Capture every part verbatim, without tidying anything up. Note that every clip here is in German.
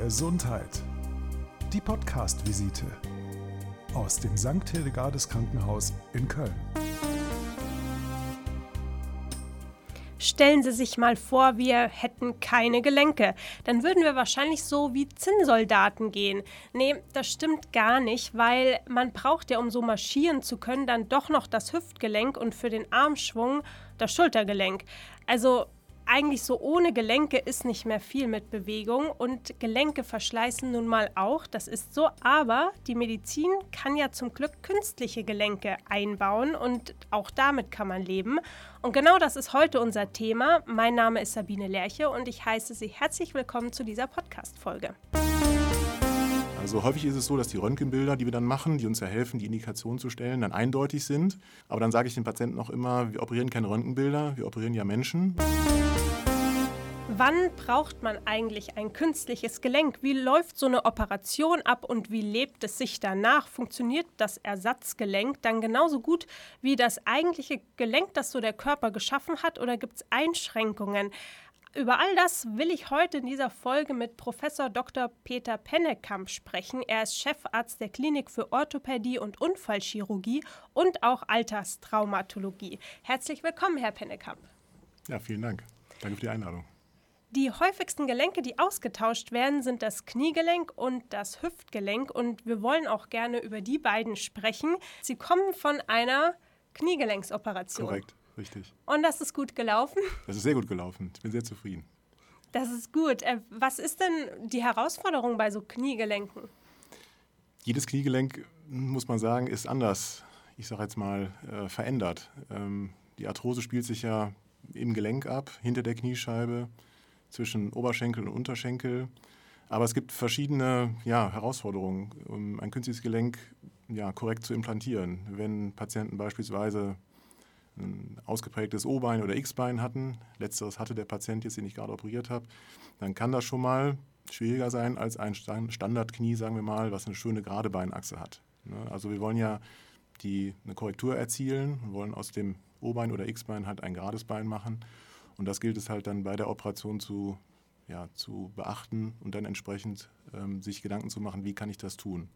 Gesundheit. Die Podcast-Visite aus dem Sankt Hildegardes Krankenhaus in Köln. Stellen Sie sich mal vor, wir hätten keine Gelenke. Dann würden wir wahrscheinlich so wie Zinnsoldaten gehen. Nee, das stimmt gar nicht, weil man braucht ja, um so marschieren zu können, dann doch noch das Hüftgelenk und für den Armschwung das Schultergelenk. Also eigentlich so ohne Gelenke ist nicht mehr viel mit Bewegung und Gelenke verschleißen nun mal auch, das ist so, aber die Medizin kann ja zum Glück künstliche Gelenke einbauen und auch damit kann man leben. Und genau das ist heute unser Thema. Mein Name ist Sabine Lerche und ich heiße Sie herzlich willkommen zu dieser Podcast-Folge. Also häufig ist es so, dass die Röntgenbilder, die wir dann machen, die uns ja helfen, die Indikation zu stellen, dann eindeutig sind. Aber dann sage ich den Patienten auch immer, wir operieren keine Röntgenbilder, wir operieren ja Menschen. Wann braucht man eigentlich ein künstliches Gelenk? Wie läuft so eine Operation ab und wie lebt es sich danach? Funktioniert das Ersatzgelenk dann genauso gut wie das eigentliche Gelenk, das so der Körper geschaffen hat, oder gibt es Einschränkungen? Über all das will ich heute in dieser Folge mit Professor Doktor Peter Pennekamp sprechen. Er ist Chefarzt der Klinik für Orthopädie und Unfallchirurgie und auch Alterstraumatologie. Herzlich willkommen, Herr Pennekamp. Ja, vielen Dank. Danke für die Einladung. Die häufigsten Gelenke, die ausgetauscht werden, sind das Kniegelenk und das Hüftgelenk. Und wir wollen auch gerne über die beiden sprechen. Sie kommen von einer Kniegelenksoperation. Korrekt, richtig. Und das ist gut gelaufen? Das ist sehr gut gelaufen. Ich bin sehr zufrieden. Das ist gut. Was ist denn die Herausforderung bei so Kniegelenken? Jedes Kniegelenk, muss man sagen, ist anders, ich sage jetzt mal, äh, verändert. Ähm, die Arthrose spielt sich ja im Gelenk ab, hinter der Kniescheibe, zwischen Oberschenkel und Unterschenkel. Aber es gibt verschiedene ja, Herausforderungen, um ein künstliches Gelenk ja, korrekt zu implantieren. Wenn Patienten beispielsweise ein ausgeprägtes O-Bein oder X-Bein hatten, letzteres hatte der Patient jetzt, den ich gerade operiert habe, dann kann das schon mal schwieriger sein als ein Standardknie, sagen wir mal, was eine schöne gerade Beinachse hat. Also wir wollen ja die, eine Korrektur erzielen, wir wollen aus dem O-Bein oder X-Bein halt ein gerades Bein machen. Und das gilt es halt dann bei der Operation zu, ja, zu beachten und dann entsprechend ähm, sich Gedanken zu machen, wie kann ich das tun.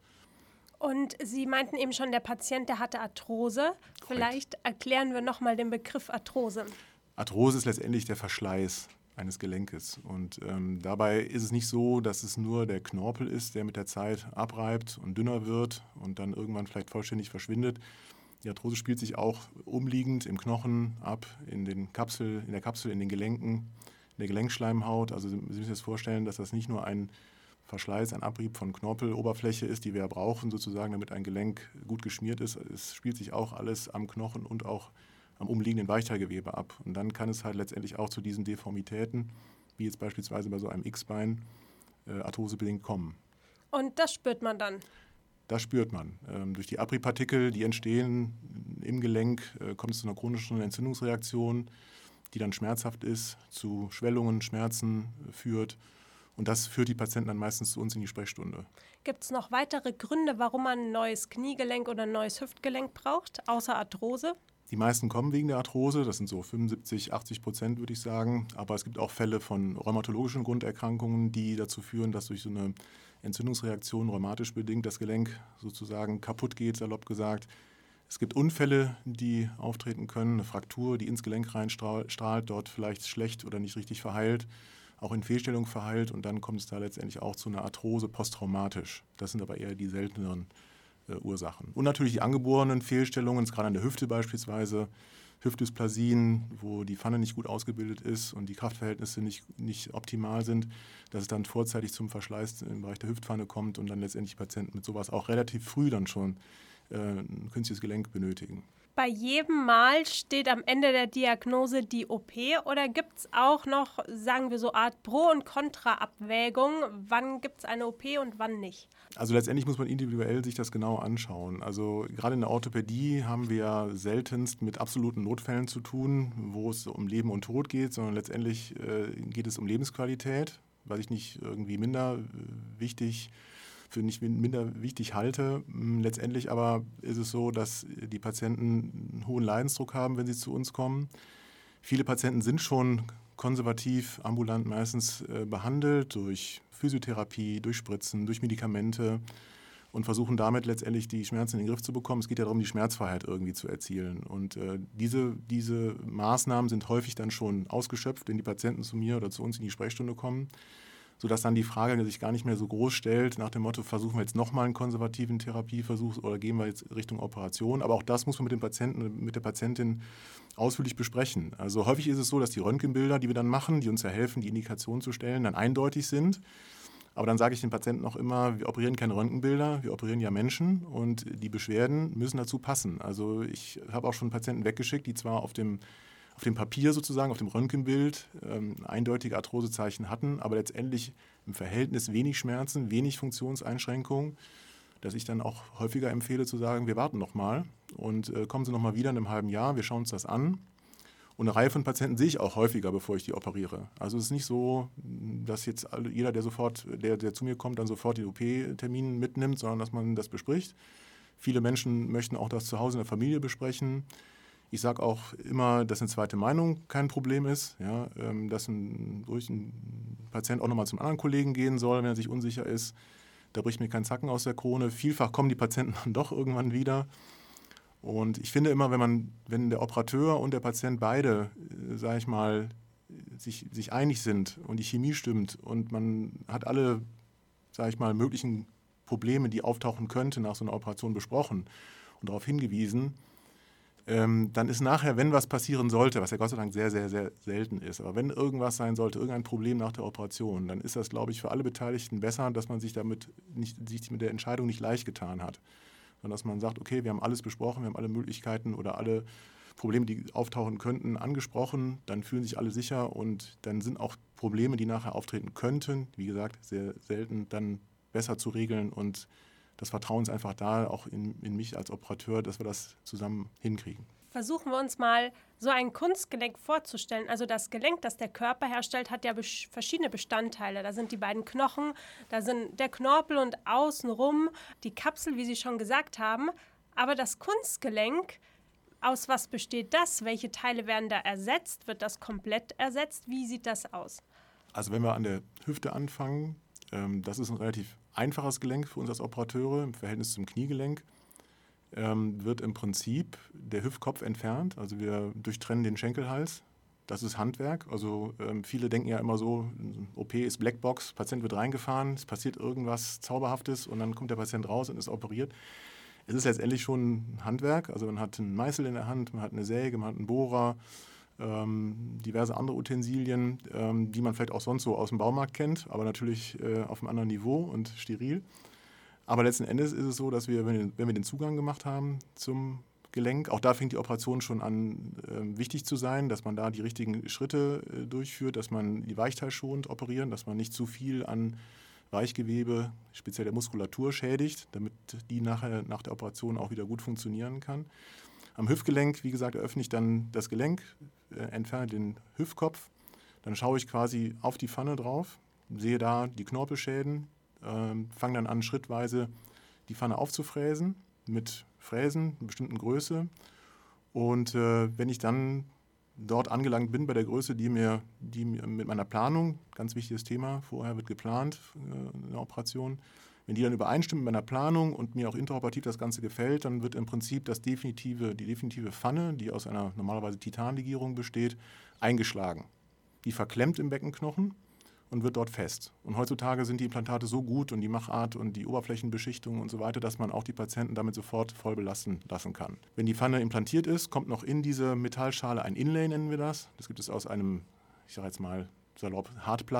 Und Sie meinten eben schon, der Patient, der hatte Arthrose. Vielleicht erklären wir nochmal den Begriff Arthrose. Arthrose ist letztendlich der Verschleiß eines Gelenkes. Und ähm, dabei ist es nicht so, dass es nur der Knorpel ist, der mit der Zeit abreibt und dünner wird und dann irgendwann vielleicht vollständig verschwindet. Die Arthrose spielt sich auch umliegend im Knochen ab, in, den Kapsel, in der Kapsel, in den Gelenken, in der Gelenkschleimhaut. Also Sie müssen sich das vorstellen, dass das nicht nur ein Verschleiß, ein Abrieb von Knorpeloberfläche ist, die wir brauchen sozusagen, damit ein Gelenk gut geschmiert ist. Es spielt sich auch alles am Knochen und auch am umliegenden Weichteilgewebe ab. Und dann kann es halt letztendlich auch zu diesen Deformitäten, wie jetzt beispielsweise bei so einem X-Bein, äh, arthrosebedingt kommen. Und das spürt man dann? Das spürt man. Ähm, durch die Abriebpartikel, die entstehen im Gelenk, äh, kommt es zu einer chronischen Entzündungsreaktion, die dann schmerzhaft ist, zu Schwellungen, Schmerzen äh, führt. Und das führt die Patienten dann meistens zu uns in die Sprechstunde. Gibt es noch weitere Gründe, warum man ein neues Kniegelenk oder ein neues Hüftgelenk braucht, außer Arthrose? Die meisten kommen wegen der Arthrose, das sind so fünfundsiebzig, achtzig Prozent, würde ich sagen. Aber es gibt auch Fälle von rheumatologischen Grunderkrankungen, die dazu führen, dass durch so eine Entzündungsreaktion, rheumatisch bedingt, das Gelenk sozusagen kaputt geht, salopp gesagt. Es gibt Unfälle, die auftreten können, eine Fraktur, die ins Gelenk reinstrahlt, dort vielleicht schlecht oder nicht richtig verheilt, auch in Fehlstellung verheilt und dann kommt es da letztendlich auch zu einer Arthrose posttraumatisch. Das sind aber eher die selteneren äh, Ursachen. Und natürlich die angeborenen Fehlstellungen, gerade an der Hüfte beispielsweise, Hüftdysplasien, wo die Pfanne nicht gut ausgebildet ist und die Kraftverhältnisse nicht, nicht optimal sind, dass es dann vorzeitig zum Verschleiß im Bereich der Hüftpfanne kommt und dann letztendlich Patienten mit sowas auch relativ früh dann schon äh, ein künstliches Gelenk benötigen. Bei jedem Mal steht am Ende der Diagnose die O P oder gibt es auch noch, sagen wir so, Art Pro- und Kontra-Abwägung? Wann gibt es eine O P und wann nicht? Also letztendlich muss man individuell sich das genau anschauen. Also gerade in der Orthopädie haben wir ja seltenst mit absoluten Notfällen zu tun, wo es um Leben und Tod geht, sondern letztendlich äh, geht es um Lebensqualität, was ich nicht irgendwie minder äh, wichtig für nicht minder wichtig halte. Letztendlich aber ist es so, dass die Patienten einen hohen Leidensdruck haben, wenn sie zu uns kommen. Viele Patienten sind schon konservativ, ambulant meistens äh, behandelt durch Physiotherapie, durch Spritzen, durch Medikamente und versuchen damit letztendlich die Schmerzen in den Griff zu bekommen. Es geht ja darum, die Schmerzfreiheit irgendwie zu erzielen. Und äh, diese, diese Maßnahmen sind häufig dann schon ausgeschöpft, wenn die Patienten zu mir oder zu uns in die Sprechstunde kommen, sodass dann die Frage sich gar nicht mehr so groß stellt, nach dem Motto, versuchen wir jetzt nochmal einen konservativen Therapieversuch oder gehen wir jetzt Richtung Operation. Aber auch das muss man mit dem Patienten, mit der Patientin ausführlich besprechen. Also häufig ist es so, dass die Röntgenbilder, die wir dann machen, die uns ja helfen, die Indikation zu stellen, dann eindeutig sind. Aber dann sage ich den Patienten auch immer, wir operieren keine Röntgenbilder, wir operieren ja Menschen und die Beschwerden müssen dazu passen. Also ich habe auch schon Patienten weggeschickt, die zwar auf dem auf dem Papier sozusagen, auf dem Röntgenbild ähm, eindeutige Arthrosezeichen hatten, aber letztendlich im Verhältnis wenig Schmerzen, wenig Funktionseinschränkungen, dass ich dann auch häufiger empfehle zu sagen, wir warten noch mal und äh, kommen Sie noch mal wieder in einem halben Jahr, wir schauen uns das an. Und eine Reihe von Patienten sehe ich auch häufiger, bevor ich die operiere. Also es ist nicht so, dass jetzt alle, jeder, der sofort, der, der zu mir kommt, dann sofort den O P-Termin mitnimmt, sondern dass man das bespricht. Viele Menschen möchten auch das zu Hause in der Familie besprechen. Ich sage auch immer, dass eine zweite Meinung kein Problem ist, ja, dass ein, ruhig ein Patient auch nochmal zum anderen Kollegen gehen soll, wenn er sich unsicher ist. Da bricht mir kein Zacken aus der Krone. Vielfach kommen die Patienten dann doch irgendwann wieder. Und ich finde immer, wenn man, wenn der Operateur und der Patient beide, äh, sage ich mal, sich, sich einig sind und die Chemie stimmt und man hat alle, sage ich mal, möglichen Probleme, die auftauchen könnten, nach so einer Operation besprochen und darauf hingewiesen, Ähm, dann ist nachher, wenn was passieren sollte, was ja Gott sei Dank sehr, sehr, sehr selten ist, aber wenn irgendwas sein sollte, irgendein Problem nach der Operation, dann ist das, glaube ich, für alle Beteiligten besser, dass man sich damit nicht, sich mit der Entscheidung nicht leicht getan hat, sondern dass man sagt, okay, wir haben alles besprochen, wir haben alle Möglichkeiten oder alle Probleme, die auftauchen könnten, angesprochen, dann fühlen sich alle sicher und dann sind auch Probleme, die nachher auftreten könnten, wie gesagt, sehr selten, dann besser zu regeln und das Vertrauen ist einfach da, auch in, in mich als Operateur, dass wir das zusammen hinkriegen. Versuchen wir uns mal so ein Kunstgelenk vorzustellen. Also das Gelenk, das der Körper herstellt, hat ja besch- verschiedene Bestandteile. Da sind die beiden Knochen, da sind der Knorpel und außenrum die Kapsel, wie Sie schon gesagt haben. Aber das Kunstgelenk, aus was besteht das? Welche Teile werden da ersetzt? Wird das komplett ersetzt? Wie sieht das aus? Also wenn wir an der Hüfte anfangen, ähm, das ist ein relativ einfaches Gelenk für uns als Operateure im Verhältnis zum Kniegelenk, ähm, wird im Prinzip der Hüftkopf entfernt. Also wir durchtrennen den Schenkelhals. Das ist Handwerk. Also ähm, viele denken ja immer so, O P ist Blackbox, Patient wird reingefahren, es passiert irgendwas Zauberhaftes und dann kommt der Patient raus und ist operiert. Es ist letztendlich schon Handwerk. Also man hat einen Meißel in der Hand, man hat eine Säge, man hat einen Bohrer, Ähm, diverse andere Utensilien, ähm, die man vielleicht auch sonst so aus dem Baumarkt kennt, aber natürlich äh, auf einem anderen Niveau und steril. Aber letzten Endes ist es so, dass wir, wenn, wenn wir den Zugang gemacht haben zum Gelenk, auch da fängt die Operation schon an, äh, wichtig zu sein, dass man da die richtigen Schritte äh, durchführt, dass man die weichteilschonend operieren, dass man nicht zu viel an Weichgewebe, speziell der Muskulatur, schädigt, damit die nachher nach der Operation auch wieder gut funktionieren kann. Am Hüftgelenk, wie gesagt, eröffne ich dann das Gelenk, äh, entferne den Hüftkopf, dann schaue ich quasi auf die Pfanne drauf, sehe da die Knorpelschäden, äh, fange dann an, schrittweise die Pfanne aufzufräsen mit Fräsen einer bestimmten Größe. Und äh, wenn ich dann dort angelangt bin bei der Größe, die mir, die mir mit meiner Planung, ganz wichtiges Thema, vorher wird geplant, äh, eine Operation, wenn die dann übereinstimmen mit meiner Planung und mir auch interoperativ das Ganze gefällt, dann wird im Prinzip das definitive, die definitive Pfanne, die aus einer normalerweise Titanlegierung besteht, eingeschlagen. Die verklemmt im Beckenknochen und wird dort fest. Und heutzutage sind die Implantate so gut und die Machart und die Oberflächenbeschichtung und so weiter, dass man auch die Patienten damit sofort voll belasten lassen kann. Wenn die Pfanne implantiert ist, kommt noch in diese Metallschale ein Inlay, nennen wir das. Das gibt es aus einem, ich sage jetzt mal, salopp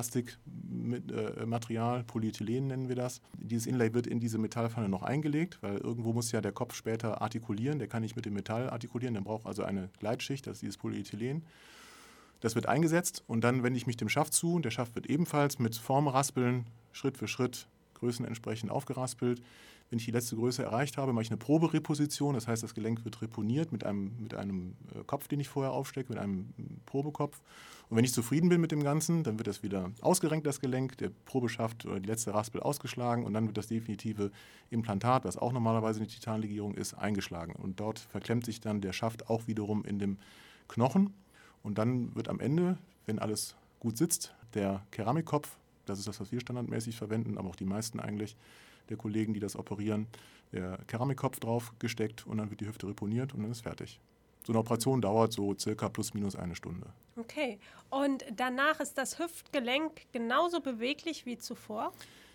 Hartplastikmaterial, äh, Polyethylen nennen wir das. Dieses Inlay wird in diese Metallpfanne noch eingelegt, weil irgendwo muss ja der Kopf später artikulieren. Der kann nicht mit dem Metall artikulieren, der braucht also eine Gleitschicht, das ist dieses Polyethylen. Das wird eingesetzt und dann wende ich mich dem Schaft zu. Der Schaft wird ebenfalls mit Formraspeln Schritt für Schritt Größen entsprechend aufgeraspelt. Wenn ich die letzte Größe erreicht habe, mache ich eine Probereposition. Das heißt, das Gelenk wird reponiert mit einem, mit einem Kopf, den ich vorher aufstecke, mit einem Probekopf. Und wenn ich zufrieden bin mit dem Ganzen, dann wird das wieder ausgerenkt, das Gelenk, der Probeschaft oder die letzte Raspel ausgeschlagen und dann wird das definitive Implantat, was auch normalerweise eine Titanlegierung ist, eingeschlagen. Und dort verklemmt sich dann der Schaft auch wiederum in dem Knochen. Und dann wird am Ende, wenn alles gut sitzt, der Keramikkopf, das ist das, was wir standardmäßig verwenden, aber auch die meisten eigentlich der Kollegen, die das operieren, der Keramikkopf drauf gesteckt und dann wird die Hüfte reponiert und dann ist fertig. So eine Operation dauert so circa plus minus eine Stunde. Okay. Und danach ist das Hüftgelenk genauso beweglich wie zuvor?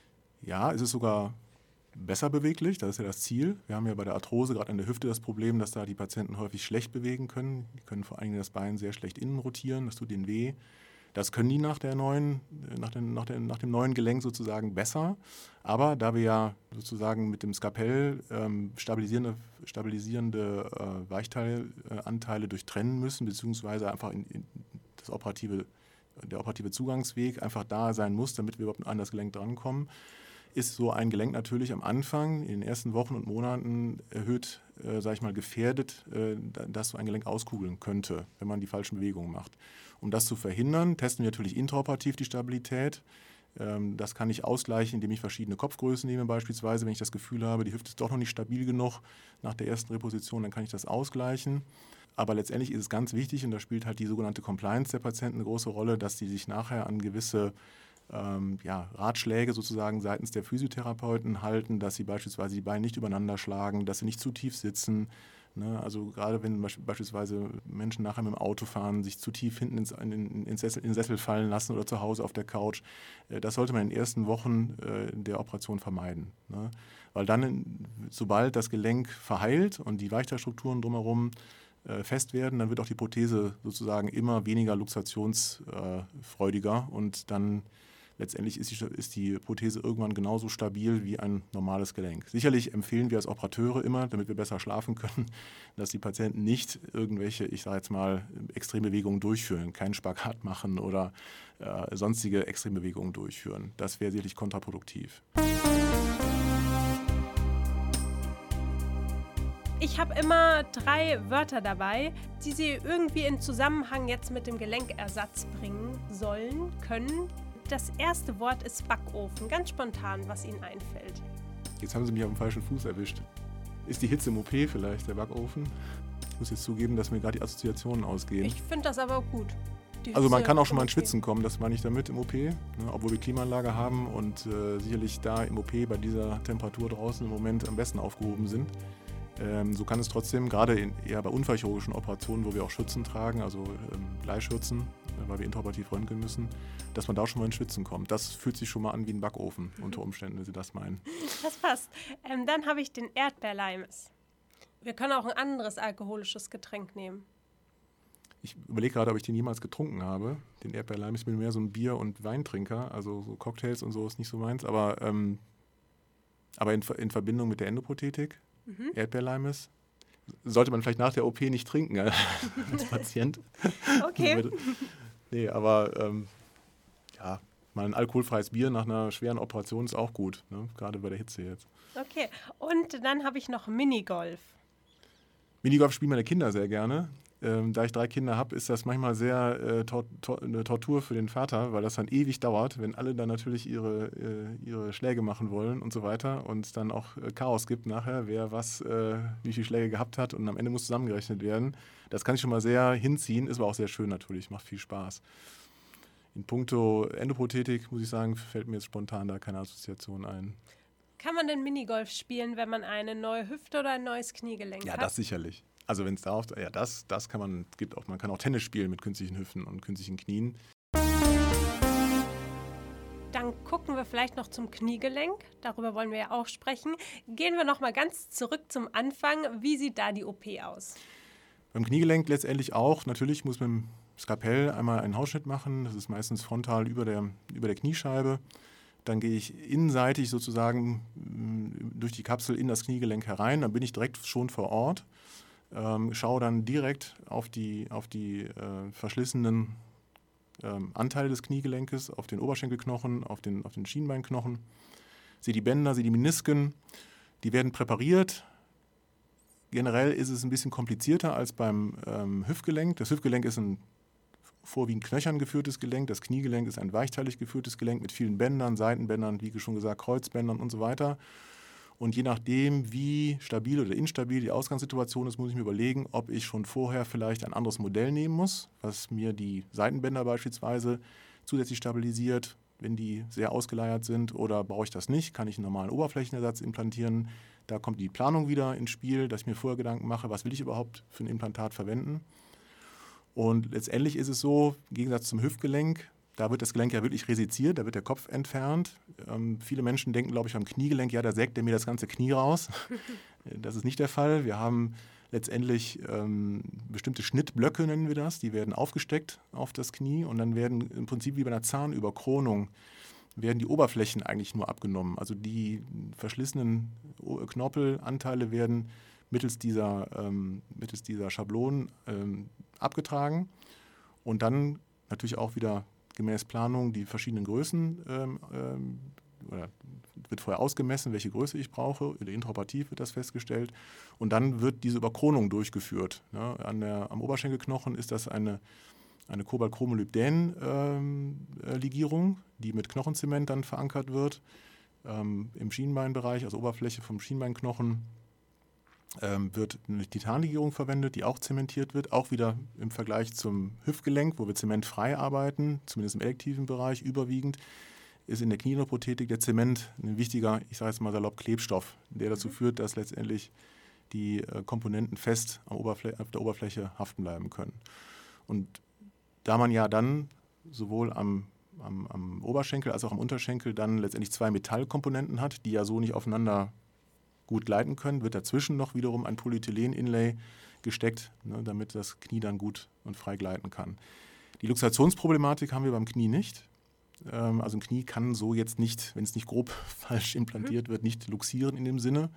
Ja, es ist sogar besser beweglich, das ist ja das Ziel. Wir haben ja bei der Arthrose gerade an der Hüfte das Problem, dass da die Patienten häufig schlecht bewegen können. Die können vor allem das Bein sehr schlecht innen rotieren, das tut ihnen weh. Das können die nach, der neuen, nach, den, nach, den, nach dem neuen Gelenk sozusagen besser. Aber da wir ja sozusagen mit dem Skalpell ähm, stabilisierende, stabilisierende äh, Weichteilanteile durchtrennen müssen, beziehungsweise einfach in, in das operative, der operative Zugangsweg einfach da sein muss, damit wir überhaupt an das Gelenk drankommen, ist so ein Gelenk natürlich am Anfang, in den ersten Wochen und Monaten erhöht, äh, sage ich mal, gefährdet, äh, dass so ein Gelenk auskugeln könnte, wenn man die falschen Bewegungen macht. Um das zu verhindern, testen wir natürlich intraoperativ die Stabilität. Ähm, das kann ich ausgleichen, indem ich verschiedene Kopfgrößen nehme beispielsweise. Wenn ich das Gefühl habe, die Hüfte ist doch noch nicht stabil genug nach der ersten Reposition, dann kann ich das ausgleichen. Aber letztendlich ist es ganz wichtig, und da spielt halt die sogenannte Compliance der Patienten eine große Rolle, dass die sich nachher an gewisse ähm, ja, Ratschläge sozusagen seitens der Physiotherapeuten halten, dass sie beispielsweise die Beine nicht übereinander schlagen, dass sie nicht zu tief sitzen. Ne? Also gerade wenn beispielsweise Menschen nachher mit dem Auto fahren, sich zu tief hinten ins, in, ins Sessel, in den Sessel fallen lassen oder zu Hause auf der Couch, äh, das sollte man in den ersten Wochen äh, der Operation vermeiden. Ne? Weil dann, sobald das Gelenk verheilt und die Weichteilstrukturen drumherum äh, fest werden, dann wird auch die Prothese sozusagen immer weniger luxationsfreudiger äh, und dann letztendlich ist die, ist die Prothese irgendwann genauso stabil wie ein normales Gelenk. Sicherlich empfehlen wir als Operateure immer, damit wir besser schlafen können, dass die Patienten nicht irgendwelche, ich sage jetzt mal, Extrembewegungen durchführen, keinen Spagat machen oder äh, sonstige Extrembewegungen durchführen. Das wäre sicherlich kontraproduktiv. Ich habe immer drei Wörter dabei, die Sie irgendwie in Zusammenhang jetzt mit dem Gelenkersatz bringen sollen, können. Das erste Wort ist Backofen, ganz spontan, was Ihnen einfällt. Jetzt haben Sie mich auf dem falschen Fuß erwischt. Ist die Hitze im O P vielleicht, der Backofen? Ich muss jetzt zugeben, dass mir gerade die Assoziationen ausgehen. Ich finde das aber gut. Die also man Hitze kann auch schon mal im ins Schwitzen kommen, das meine ich damit im O P, ne, obwohl wir Klimaanlage haben und äh, sicherlich da im O P bei dieser Temperatur draußen im Moment am besten aufgehoben sind. Ähm, so kann es trotzdem, gerade in, eher bei unfallchirurgischen Operationen, wo wir auch Schützen tragen, also ähm, Bleischützen, äh, weil wir intraoperativ röntgen müssen, dass man da schon mal ins Schwitzen kommt. Das fühlt sich schon mal an wie ein Backofen, unter Umständen, wenn Sie das meinen. Das passt. Ähm, dann habe ich den Erdbeerlimes. Wir können auch ein anderes alkoholisches Getränk nehmen. Ich überlege gerade, ob ich den jemals getrunken habe. Den Erdbeerlimes, ich bin mehr so ein Bier- und Weintrinker, also so Cocktails und so ist nicht so meins, aber, ähm, aber in, in Verbindung mit der Endoprothetik. Mhm. Erdbeerlimes sollte man vielleicht nach der O P nicht trinken als Patient. Okay. Nee, aber ähm, ja, mal ein alkoholfreies Bier nach einer schweren Operation ist auch gut, ne? Gerade bei der Hitze jetzt. Okay, und dann habe ich noch Minigolf. Minigolf spielen meine Kinder sehr gerne. Ähm, da ich drei Kinder habe, ist das manchmal sehr äh, tor- tor- eine Tortur für den Vater, weil das dann ewig dauert, wenn alle dann natürlich ihre, äh, ihre Schläge machen wollen und so weiter und es dann auch äh, Chaos gibt nachher, wer was, äh, wie viele Schläge gehabt hat und am Ende muss zusammengerechnet werden. Das kann ich schon mal sehr hinziehen, ist aber auch sehr schön natürlich, macht viel Spaß. In puncto Endoprothetik, muss ich sagen, fällt mir jetzt spontan da keine Assoziation ein. Kann man denn Minigolf spielen, wenn man eine neue Hüfte oder ein neues Kniegelenk ja, hat? Ja, das sicherlich. Also wenn es darauf, ja, das, das kann man, gibt auch, man kann auch Tennis spielen mit künstlichen Hüften und künstlichen Knien. Dann gucken wir vielleicht noch zum Kniegelenk. Darüber wollen wir ja auch sprechen. Gehen wir noch mal ganz zurück zum Anfang. Wie sieht da die O P aus? Beim Kniegelenk letztendlich auch. Natürlich muss man mit dem Skalpell einmal einen Hausschnitt machen. Das ist meistens frontal über der, über der Kniescheibe. Dann gehe ich innenseitig sozusagen durch die Kapsel in das Kniegelenk herein. Dann bin ich direkt schon vor Ort. Ähm, schaue dann direkt auf die, auf die äh, verschlissenen ähm, Anteile des Kniegelenkes, auf den Oberschenkelknochen, auf den, auf den Schienbeinknochen, sehe die Bänder, sehe die Menisken, die werden präpariert. Generell ist es ein bisschen komplizierter als beim ähm, Hüftgelenk. Das Hüftgelenk ist ein vorwiegend knöchern geführtes Gelenk, das Kniegelenk ist ein weichteilig geführtes Gelenk mit vielen Bändern, Seitenbändern, wie schon gesagt, Kreuzbändern und so weiter. Und je nachdem, wie stabil oder instabil die Ausgangssituation ist, muss ich mir überlegen, ob ich schon vorher vielleicht ein anderes Modell nehmen muss, was mir die Seitenbänder beispielsweise zusätzlich stabilisiert, wenn die sehr ausgeleiert sind, oder brauche ich das nicht, kann ich einen normalen Oberflächenersatz implantieren. Da kommt die Planung wieder ins Spiel, dass ich mir vorher Gedanken mache, was will ich überhaupt für ein Implantat verwenden. Und letztendlich ist es so, im Gegensatz zum Hüftgelenk, da wird das Gelenk ja wirklich resiziert, da wird der Kopf entfernt. Ähm, viele Menschen denken, glaube ich, am Kniegelenk, ja, da sägt der mir das ganze Knie raus. Das ist nicht der Fall. Wir haben letztendlich ähm, bestimmte Schnittblöcke, nennen wir das, die werden aufgesteckt auf das Knie und dann werden im Prinzip wie bei einer Zahnüberkronung werden die Oberflächen eigentlich nur abgenommen. Also die verschlissenen Knorpelanteile werden mittels dieser, ähm, mittels dieser Schablonen ähm, abgetragen und dann natürlich auch wieder gemäß Planung die verschiedenen Größen ähm, ähm, oder wird vorher ausgemessen, welche Größe ich brauche. Intraoperativ wird das festgestellt. Und dann wird diese Überkronung durchgeführt. Ja, an der, am Oberschenkelknochen ist das eine, eine Cobalt-Chromolybdän-Legierung, ähm, die mit Knochenzement dann verankert wird. Ähm, Im Schienbeinbereich, also Oberfläche vom Schienbeinknochen, ähm, wird eine Titanlegierung verwendet, die auch zementiert wird. Auch wieder im Vergleich zum Hüftgelenk, wo wir zementfrei arbeiten, zumindest im elektiven Bereich überwiegend, ist in der Knieendoprothetik der Zement ein wichtiger, ich sage jetzt mal salopp, Klebstoff, der dazu führt, dass letztendlich die äh, Komponenten fest am Oberfl- auf der Oberfläche haften bleiben können. Und da man ja dann sowohl am, am, am Oberschenkel als auch am Unterschenkel dann letztendlich zwei Metallkomponenten hat, die ja so nicht aufeinander gut gleiten können, wird dazwischen noch wiederum ein Polyethylen-Inlay gesteckt, ne, damit das Knie dann gut und frei gleiten kann. Die Luxationsproblematik haben wir beim Knie nicht. Also ein Knie kann so jetzt nicht, wenn es nicht grob falsch implantiert wird, nicht luxieren in dem Sinne.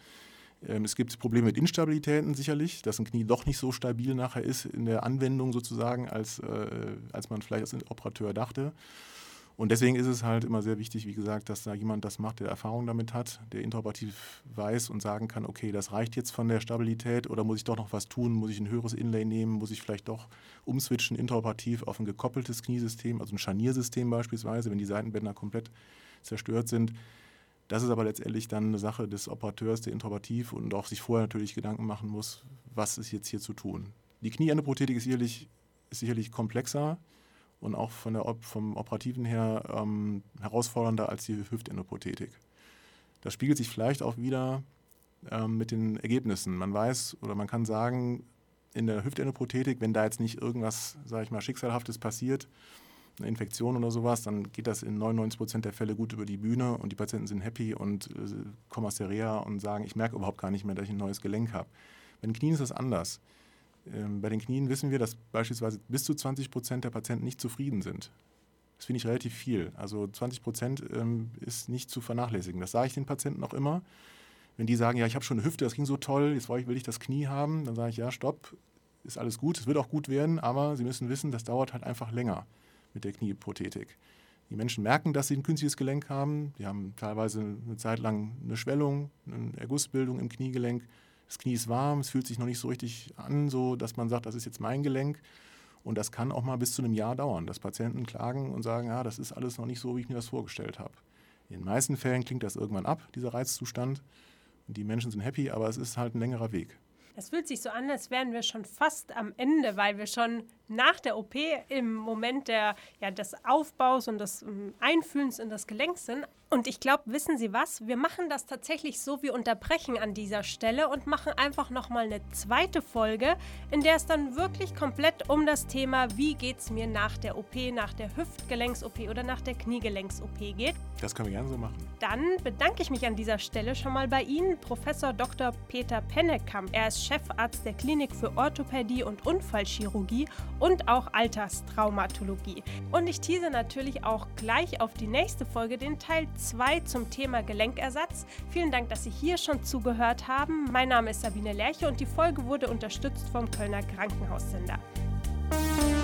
Es gibt Probleme mit Instabilitäten sicherlich, dass ein Knie doch nicht so stabil nachher ist in der Anwendung sozusagen, als, äh, als man vielleicht als Operateur dachte. Und deswegen ist es halt immer sehr wichtig, wie gesagt, dass da jemand das macht, der Erfahrung damit hat, der intraoperativ weiß und sagen kann, okay, das reicht jetzt von der Stabilität oder muss ich doch noch was tun, muss ich ein höheres Inlay nehmen, muss ich vielleicht doch umswitchen intraoperativ auf ein gekoppeltes Kniesystem, also ein Scharniersystem beispielsweise, wenn die Seitenbänder komplett zerstört sind. Das ist aber letztendlich dann eine Sache des Operateurs, der intraoperativ und auch sich vorher natürlich Gedanken machen muss, was ist jetzt hier zu tun. Die Knieendoprothetik ist sicherlich, ist sicherlich komplexer und auch von der, vom Operativen her ähm, herausfordernder als die Hüftendoprothetik. Das spiegelt sich vielleicht auch wieder ähm, mit den Ergebnissen. Man weiß oder man kann sagen, in der Hüftendoprothetik, wenn da jetzt nicht irgendwas, sage ich mal, Schicksalhaftes passiert, eine Infektion oder sowas, dann geht das in neunundneunzig Prozent der Fälle gut über die Bühne und die Patienten sind happy und äh, kommen aus der Reha und sagen, ich merke überhaupt gar nicht mehr, dass ich ein neues Gelenk habe. Bei den Knien ist das anders. Ähm, bei den Knien wissen wir, dass beispielsweise bis zu zwanzig Prozent der Patienten nicht zufrieden sind. Das finde ich relativ viel. Also zwanzig Prozent ähm, ist nicht zu vernachlässigen. Das sage ich den Patienten auch immer. Wenn die sagen, ja, ich habe schon eine Hüfte, das ging so toll, jetzt will ich das Knie haben, dann sage ich, ja, stopp, ist alles gut, es wird auch gut werden, aber Sie müssen wissen, das dauert halt einfach länger mit der Knieprothetik. Die Menschen merken, dass sie ein künstliches Gelenk haben. Die haben teilweise eine Zeit lang eine Schwellung, eine Ergussbildung im Kniegelenk. Das Knie ist warm, es fühlt sich noch nicht so richtig an, so dass man sagt, das ist jetzt mein Gelenk. Und das kann auch mal bis zu einem Jahr dauern, dass Patienten klagen und sagen, ja, das ist alles noch nicht so, wie ich mir das vorgestellt habe. In den meisten Fällen klingt das irgendwann ab, dieser Reizzustand. Und die Menschen sind happy, aber es ist halt ein längerer Weg. Es fühlt sich so an, als wären wir schon fast am Ende, weil wir schon nach der O P im Moment der, ja, des Aufbaus und des um, Einfühlens in das Gelenk sind. Und ich glaube, wissen Sie was? Wir machen das tatsächlich so, wir unterbrechen an dieser Stelle und machen einfach nochmal eine zweite Folge, in der es dann wirklich komplett um das Thema, wie geht es mir nach der O P, nach der Hüftgelenks-O P oder nach der Kniegelenks-O P geht. Das können wir gerne so machen. Dann bedanke ich mich an dieser Stelle schon mal bei Ihnen, Professor Doktor Peter Pennekamp. Er ist Chefarzt der Klinik für Orthopädie und Unfallchirurgie und auch Alterstraumatologie. Und ich tease natürlich auch gleich auf die nächste Folge, den Teil zwei zum Thema Gelenkersatz. Vielen Dank, dass Sie hier schon zugehört haben. Mein Name ist Sabine Lerche und die Folge wurde unterstützt vom Kölner Krankenhaussender.